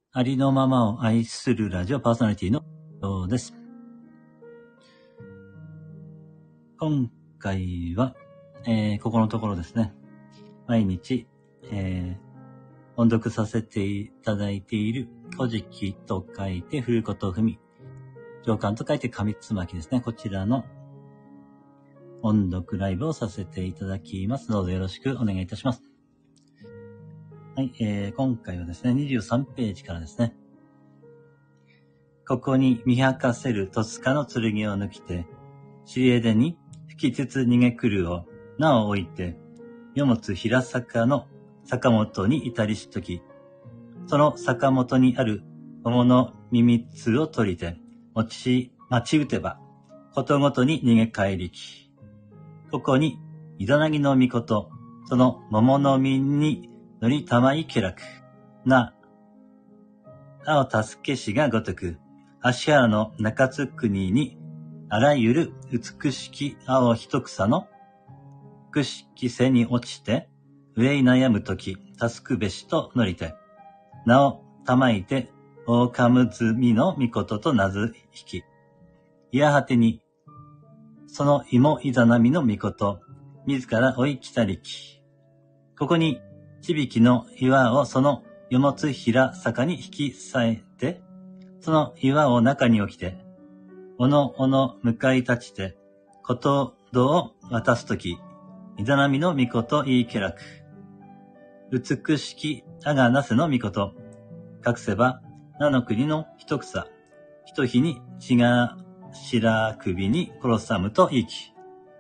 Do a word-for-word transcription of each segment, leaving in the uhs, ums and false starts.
ありのままを愛するラジオパーソナリティのようです。今回は、えー、ここのところですね、毎日、えー、音読させていただいている古事記と書いて古言踏み、上巻と書いて紙つまきですね。こちらの音読ライブをさせていただきます。どうぞよろしくお願いいたします。はい、えー、今回はですね、にじゅうさんページからですね。ここに見はかせる戸塚の剣を抜きて、尻枝に吹きつつ逃げ来るを名を置いて、よもつ平坂の坂本に至りしとき、その坂本にある桃の耳つを取りて、持ち、待ち打てば、ことごとに逃げ帰りき。ここに、イザナギの御事、その桃の実に乗りたまい気楽な、青助けしがごとく、芦原の中津国に、あらゆる美しき青一草の、くしき背に落ちて、憂い悩むとき、助くべしと乗りて、なおたまいて、大かむずみの御事と名づ引き、いやはてに、その芋いざなみの御事、自ら追い来たりき。ここに、ちびきの岩をそのよもつ平坂に引き裂いて、その岩を中に置きて、おのおの向かい立ちて、ことどを渡すとき、いざなみの御事言いけらく。美しきあがなせの御事、隠せば、なの国の一草、一日に血が白首に殺さむと言いき。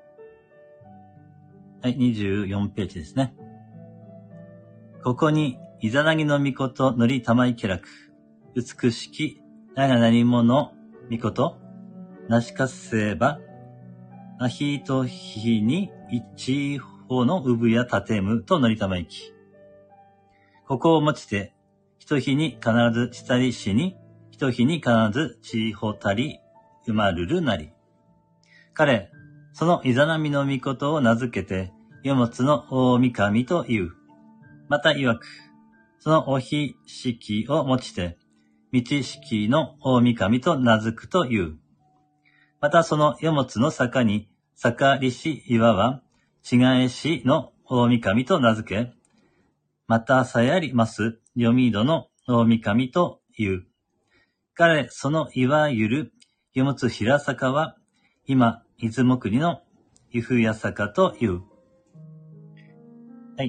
はい、にじゅうよんページですね。ここに、イザナギの御事のりたまいけらく、美しき、あがなりもの御事、なしかせば、あひとひに一方の産やたてむとのりたまいき。ここをもちて、一日に必ずちたりしに、一日に必ずちほたり、うまるるなり。彼、そのイザナミの御事を名付けて、よもつの大神という。また曰く、そのおひしきをもちて、道式の大神と名付くという。またそのよもつの坂に、坂りし岩は、ちがえしの大神と名付け、またさやりますよみどの大神という。彼、その岩ゆるよもつ平坂は、今、出雲国の湯布谷坂という。はい。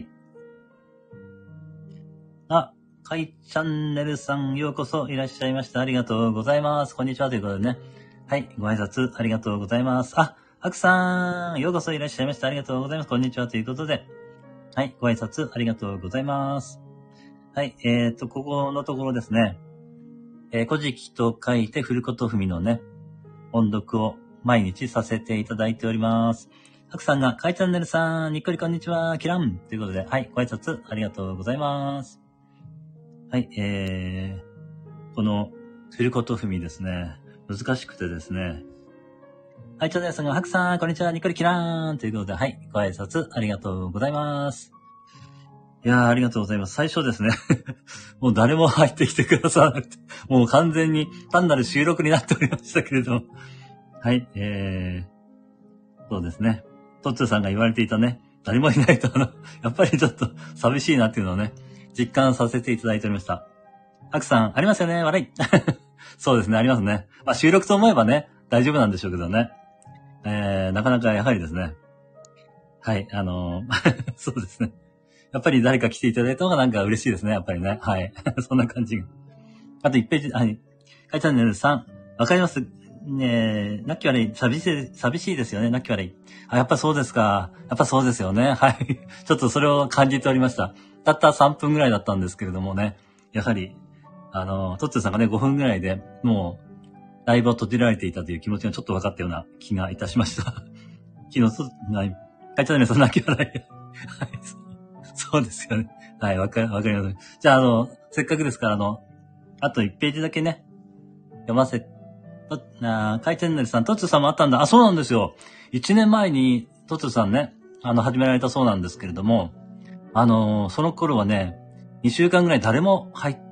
あ、かいチャンネルさん、ようこそいらっしゃいました。ありがとうございます。こんにちはということでね。はい、ご挨拶ありがとうございます。あ、アクさん、ようこそいらっしゃいました。ありがとうございます。こんにちはということで。はい、ご挨拶ありがとうございます。はい、えーと、ここのところですね。えー、古事記と書いて古言踏みのね、音読を毎日させていただいております。アクさんが、かいチャンネルさん、にっこりこんにちは、キランということで、はい、ご挨拶ありがとうございます。はい、えー、この古言踏みですね、難しくてですね。はい、チャンネルさんが、ハクさん、こんにちは、にっこりキラーンということで、はい、ご挨拶ありがとうございます。いやー、ありがとうございます。最初ですね、もう誰も入ってきてくださらなくて、もう完全に単なる収録になっておりましたけれども、はい、えー、そうですね。トッツーさんが言われていたね、誰もいないと、あの、やっぱりちょっと寂しいなっていうのをね、実感させていただいておりました。ハクさん、ありますよね、笑い。そうですね、ありますね。まあ、収録と思えばね、大丈夫なんでしょうけどね。えー、なかなかやはりですね。はい、あのー、そうですね。やっぱり誰か来ていただいた方がなんか嬉しいですね、やっぱりね。はい。そんな感じが。あといちページ、はい。かいチャンネルさん、わかります。ねえ、なっき悪い、寂しい、寂しいですよね、なっき悪い。あ、やっぱそうですか。やっぱそうですよね。はい。ちょっとそれを感じておりました。たったさんぷんぐらいだったんですけれどもね。やはり、あの、トッツーさんがね、ごふんぐらいでもう、ライブを閉じられていたという気持ちがちょっと分かったような気がいたしました。昨日、そ、はい。かいチャンネルさん、泣き笑い。はい。そうですよね。はい、わか、わかります。じゃあ、あの、せっかくですから、あの、あといちページだけね、読ませ、と、あ、かいチャンネルさん、トッツーさんもあったんだ。あ、そうなんですよ。いちねんまえに、トッツーさんね、あの、始められたそうなんですけれども、あの、その頃はね、にしゅうかんぐらい誰も入っ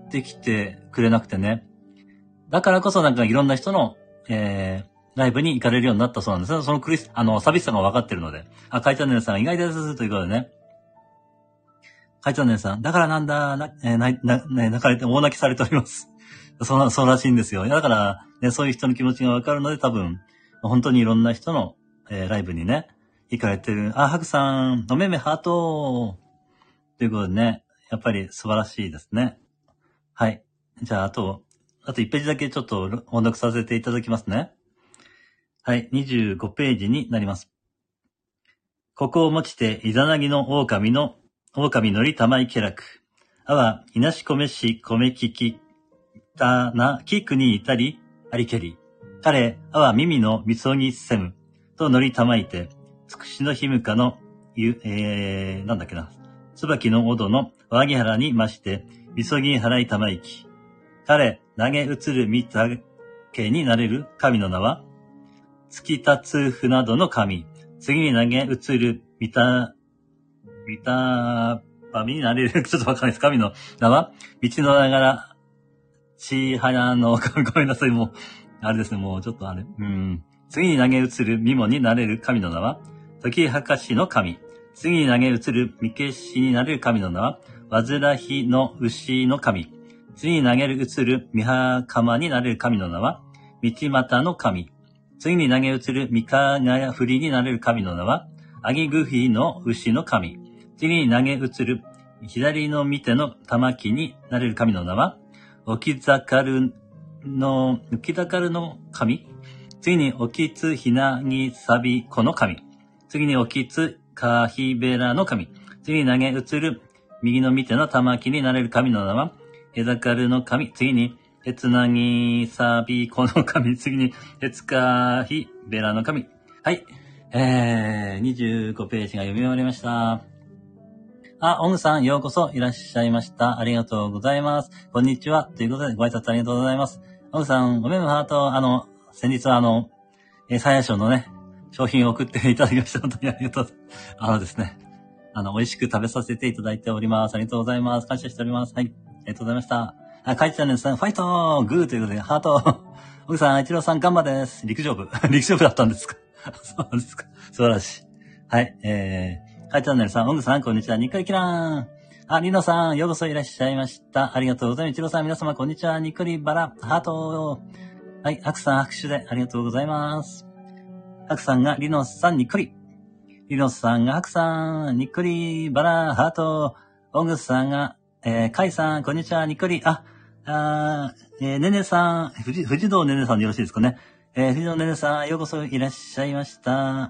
ってきてくれなくてね。だからこそなんかいろんな人の、えー、ライブに行かれるようになったそうなんですね。そのクリス、あの、寂しさが分かってるので。あ、カイチャンネルさん意外です、ということでね。カイチャンネルさん、だからなんだ、な、えー、な、な、ね、泣かれて、大泣きされております。そう、そうらしいんですよ。だから、ね、そういう人の気持ちが分かるので、多分、本当にいろんな人の、えー、ライブにね、行かれてる。あ、ハクさん、おめめハートということでね、やっぱり素晴らしいですね。はい。じゃあ、あと、あといちページだけちょっと音読させていただきますね。はい、にじゅうごページになります。ここをもちて、イザナギの狼の、狼のりたまいけらく。あは、いなしこめし、こめきき、たな、きくにいたり、ありけり。彼、あは耳のみそぎせむ。とのりたまいて、つくしのひむかの、ゆ、えー、なんだっけな。つばきのおどの、わぎ原にまして、みそぎ払いたまいき。彼、投げ移るみたけになれる神の名は、突き立つ船戸の神。次に投げ移るみた、みたばみになれる、ちょっとわかんないです。神の名は、道のながら、ちはやの、ごめんなさい、もう、あれですね、もうちょっとあれ。うん。次に投げ移るみもになれる神の名は、時はかしの神。次に投げ移るみけしになれる神の名は、わずらひの牛の神。次に投げ移るみはかまになれる神の名は、道端の神。次に投げ移るみかがやふりになれる神の名は、あぎぐひの牛の神。次に投げ移る左の見ての玉木になれる神の名は、起きざかるの、起きざかるの神。次に起きつひなぎさびこの神。次に起きつかひべらの神。次に投げ移る右の見ての玉木になれる神の名は、えざかるの神。次に、えつなぎさびこの神。次に、えつかひべらの神。はい。えー、にじゅうごページが読み終わりました。あ、オンさん、ようこそいらっしゃいました。ありがとうございます。こんにちは。ということで、ご挨拶ありがとうございます。オンさん、おめめハート、あの、先日はあの、えー、サーヤ賞のね、商品を送っていただきました。本当にありがとう。あのですね、あの、美味しく食べさせていただいております。ありがとうございます。感謝しております。はい。ありがとうございました。あ、カイチャンネルさん、ファイトグーということで、ハート。オンさん、イチローさん、ガンバです。陸上部。陸上部だったんですかそうなんですか。素晴らしい。はい、えー、カイチャンネルさん、オングさん、こんにちは。ニックリキラーン。あ、リノさん、ようこそいらっしゃいました。ありがとうございます。イチローさん、皆様、こんにちは。ニックリバラ、ハート。はい、アクさん、拍手でありがとうございます。アクさんが、リノさん、ニックリ。リノさんが、アクさん、ニックリバラ、ハート。オングさんが、えー、カイさん、こんにちは。ニックリ。あ、あー、えー、ねねさん、藤、藤堂ねねさんでよろしいですかね。えー、藤堂ねねさん、ようこそいらっしゃいました。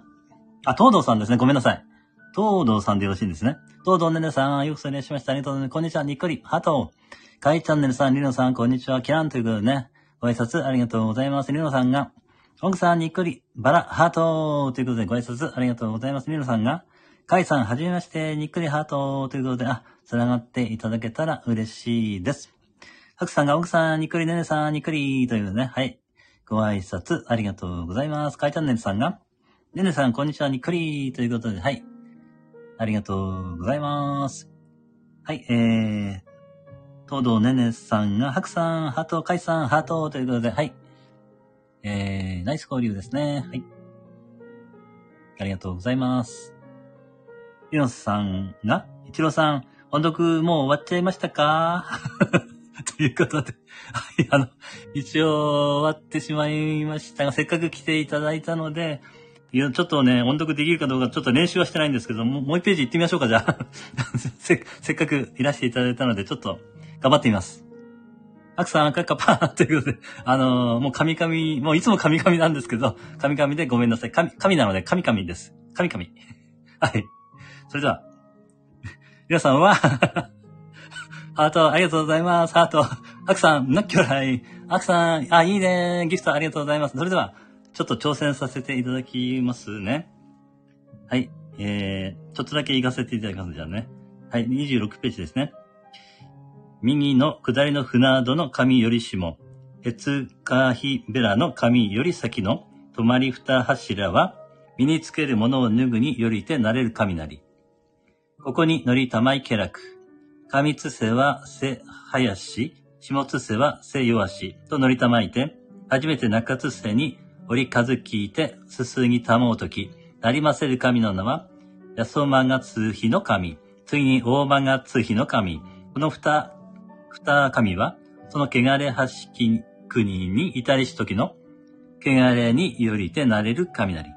あ、東堂さんですね。ごめんなさい。東堂さんでよろしいんですね。東堂ねねさん、よくそいらっしゃいました。ありがとうございます。こんにちは。にっこり。ハト。カイチャンネルさん、リノさん、こんにちは。キランということでね。ご挨拶ありがとうございます。リノさんが、オングさん、にっこり。バラ、ハートということでご挨拶ありがとうございます。リノさんが、カイさん、はじめまして、にっこりハートということで、あ、繋がっていただけたら嬉しいです。ハクさんが、オングさん、にっこりねねさん、にっこりということでね。はい。ご挨拶ありがとうございます。カイチャンネルさんが、ねねさん、こんにちは、にっこりということで、はい。ありがとうございます。はい、えー、東堂ねねさんが、ハクさん、ハート、カイさん、ハートということで、はい。えー、ナイス交流ですね。はい。ありがとうございます。リノさんが、イチローさん、音読もう終わっちゃいましたかということで、はい、あの、一応終わってしまいましたが、せっかく来ていただいたので、いや、ちょっとね、音読できるかどうかちょっと練習はしてないんですけども、もう一ページ行ってみましょうか、じゃあ。せ、せっかくいらしていただいたので、ちょっと頑張ってみます。アクさん、赤かパーということで、あのー、もう神々、もういつも神々なんですけど、神々でごめんなさい。神、神なので神々です。神々。はい。それでは、皆さんは、ハート、ありがとうございます。ハート。アクさん、ナッキョライ。アクさん、あ、いいね。ギフトありがとうございます。それでは、ちょっと挑戦させていただきますね。はい。えー、ちょっとだけ言いかせていただきます。じゃあね。はい。にじゅうろくページですね。右の下りの船戸の神より下。へつかひべらの神より先の止まり二柱は、身につけるものを脱ぐによりてなれる神なり。ここに乗りたまいけらく。神つせはせはやし。 下津瀬は瀬弱しと乗りたまいて、初めて中津瀬に折り数聞いて、すすぎたもうとき、なりませる神の名は、やそまがつひの神、次に大間がつひの神。この二、二神は、その汚れはしき国に至りしときの、汚れによりてなれる神なり。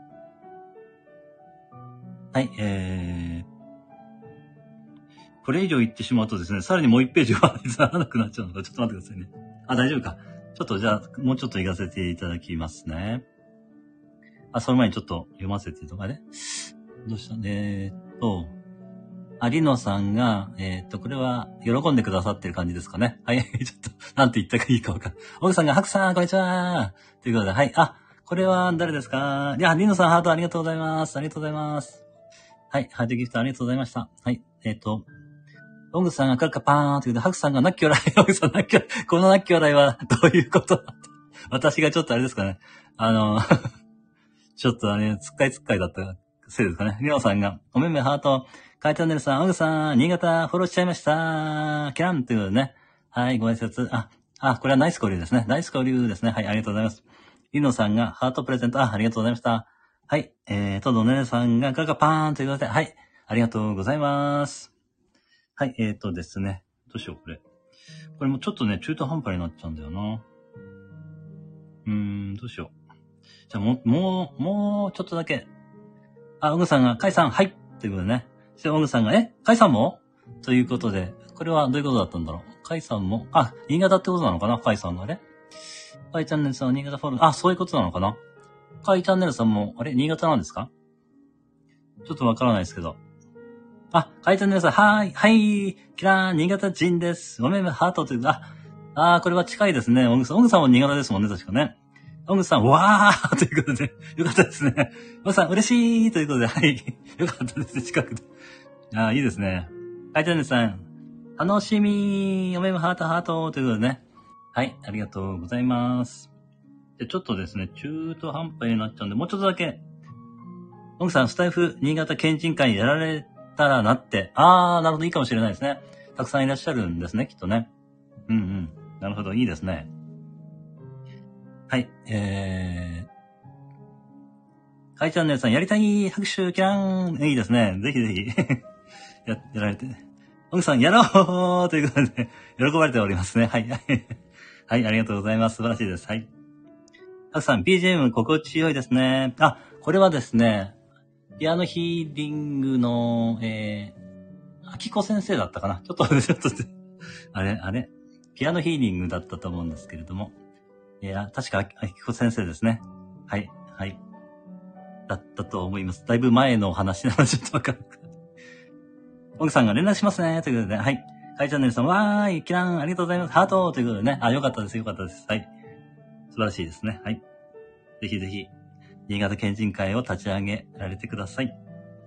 はい、えー、これ以上言ってしまうとですね、さらにもう一ページはならなくなっちゃうので、ちょっと待ってくださいね。あ、大丈夫か。ちょっとじゃあ、もうちょっと言わせていただきますね。あ、その前にちょっと読ませてとかね。どうしたねえーっと、あ、りのさんが、えーっと、これは、喜んでくださってる感じですかね。はい、ちょっと、なんて言ったかいいかわかんない。奥さんが、ハクさん、こんにちはということで、はい、あ、これは誰ですか？いや、りのさん、ハートありがとうございます。ありがとうございます。はい、ハートギフトありがとうございました。はい、えーっと、オングさんがカルカパーンということで、ハクさんがナッキョライ、オングさんナッキョライ、このナッキョライはどういうことだって。私がちょっとあれですかね。あの、ちょっとあれ、つっかいつっかいだったせいですかね。リオさんが、おめめハート、カイチャンネルさん、オングさん、新潟フォローしちゃいました。キャンということでね。はい、ご挨拶。あ、あ、これはナイス交流ですね。ナイス交流ですね。はい、ありがとうございます。リノさんがハートプレゼント、あ、ありがとうございました。はい、えーと、ドネネさんがカルカパーンということで、はい、ありがとうございます。はい、えーとですね。どうしよう、これ。これもちょっとね、中途半端になっちゃうんだよな。うーん、どうしよう。じゃあもう、もう、もうちょっとだけ。あ、オグさんが、カイさん、はいということでね。そしてオグさんが、えカイさんもということで、これはどういうことだったんだろう。カイさんも、あ、新潟ってことなのかなカイさんがね。カイチャンネルさんは新潟フォロー、あ、そういうことなのかなカイチャンネルさんも、あれ新潟なんですかちょっとわからないですけど。あ、カイチャンネルさん、はーい、はい、キラー、新潟人です。おめめハートという、あ、あー、これは近いですね。オグさん、オグさんも新潟ですもんね、確かね。オグさん、わーということで、よかったですね。オグさん、嬉しいということで、はい。よかったですね、近くで。あー、いいですね。カイチャンネルさん、楽しみー、おめめハートハートということでね。はい、ありがとうございます。で、ちょっとですね、中途半端になっちゃうんで、もうちょっとだけ。オグさん、スタイフ、新潟県人会やられたらなって。あー、なるほど、いいかもしれないですね。たくさんいらっしゃるんですね、きっとね。うんうん。なるほど、いいですね。はい、えー。カイチャンネルさん、やりたい拍手、キラーンいいですね。ぜひぜひ。や、やられて。オグさん、やろうということで、喜ばれておりますね。はい。はい、ありがとうございます。素晴らしいです。はい。ハクさん、ビージーエム 心地よいですね。あ、これはですね、ピアノヒーリングの、えー、アキコ先生だったかなちょっと、ちょっと、あれ、あれ、ピアノヒーリングだったと思うんですけれども。いや、確か、アキコ先生ですね。はい、はい。だったと思います。だいぶ前のお話なので、ちょっとわかんない。オグさんが連絡しますね。ということでね。はい。カイチャンネルさん、わーい、キラン、ありがとうございます。ハートということでね。あ、よかったです、よかったです。はい。素晴らしいですね。はい。ぜひぜひ、新潟県人会を立ち上げられてください。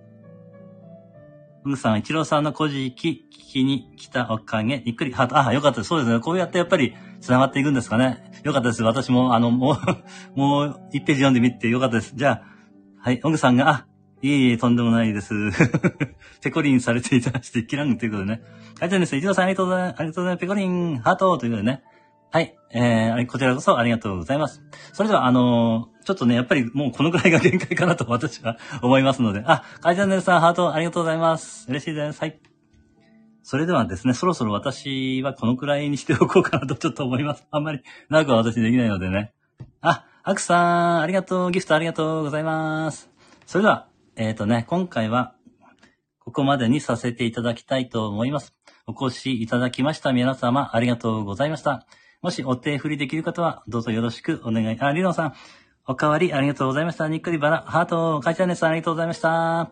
オグさん、一郎さんの古事記聞きに来たおかげ、ゆっくり、ハート、あ、よかったです。そうですね。こうやってやっぱり繋がっていくんですかね。よかったです。私も、あの、もう、もう、一ページ読んでみてよかったです。じゃあ、はい、オグさんが、あ、いえいえ、とんでもないです。ペコリンされていただして、キランということでね。はい、じゃあですね、一郎さんありがとうございます。ありがとうございます。ペコリン、ハートということでね。はい、えー、こちらこそありがとうございます。それでは、あのー、ちょっとね、やっぱりもうこのくらいが限界かなと私は思いますので。あ、カイチャンネルさん、ハートありがとうございます。嬉しいです。はい。それではですね、そろそろ私はこのくらいにしておこうかなとちょっと思います。あんまり長くは私できないのでね。あ、アクさん、ありがとう、ギフトありがとうございます。それでは、えっとね、今回は、ここまでにさせていただきたいと思います。お越しいただきました皆様、ありがとうございました。もしお手振りできる方は、どうぞよろしくお願い。あ、リノさん、おかわりありがとうございました。にっくりバラ、ハート、カイチャンネルさんありがとうございました。はい。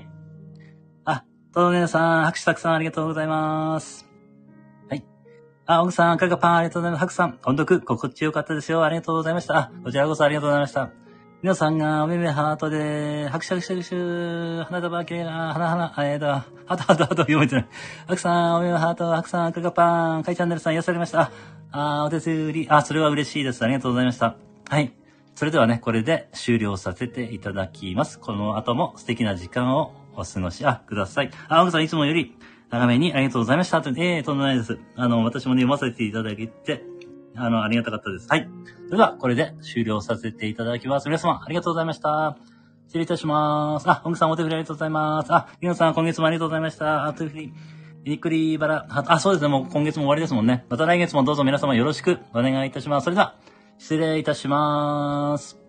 あ、トドネルさん、拍手たくさんありがとうございます。はい。あ、オグさん、カルカパンありがとうございます。ハクさん、音読、心地よかったですよ。ありがとうございました。あ、こちらこそありがとうございました。皆さんがおめめハートで、拍手拍手拍手、花束系が、花花、えーと、ハートハートハート読めてない。ハクさん、おめめハート、ハクさん、カルカパン、カイチャンネルさん、癒されました。あ、あお手数り、あ、それは嬉しいです。ありがとうございました。はい。それではね、これで終了させていただきます。この後も素敵な時間をお過ごし、あ、ください。あ、オグさん、いつもより、 長めにありがとうございました。ええ、とんでもないです。あの、私もね、読ませていただいて、あの、ありがたかったです。はい。それでは、これで終了させていただきます。皆様、ありがとうございました。失礼いたします。あ、音楽さんお手振りありがとうございます。あ、ゆのさん今月もありがとうございました。あ、手振り、ゆっくりバラ、あ、そうですね。もう今月も終わりですもんね。また来月もどうぞ皆様よろしくお願いいたします。それでは、失礼いたします。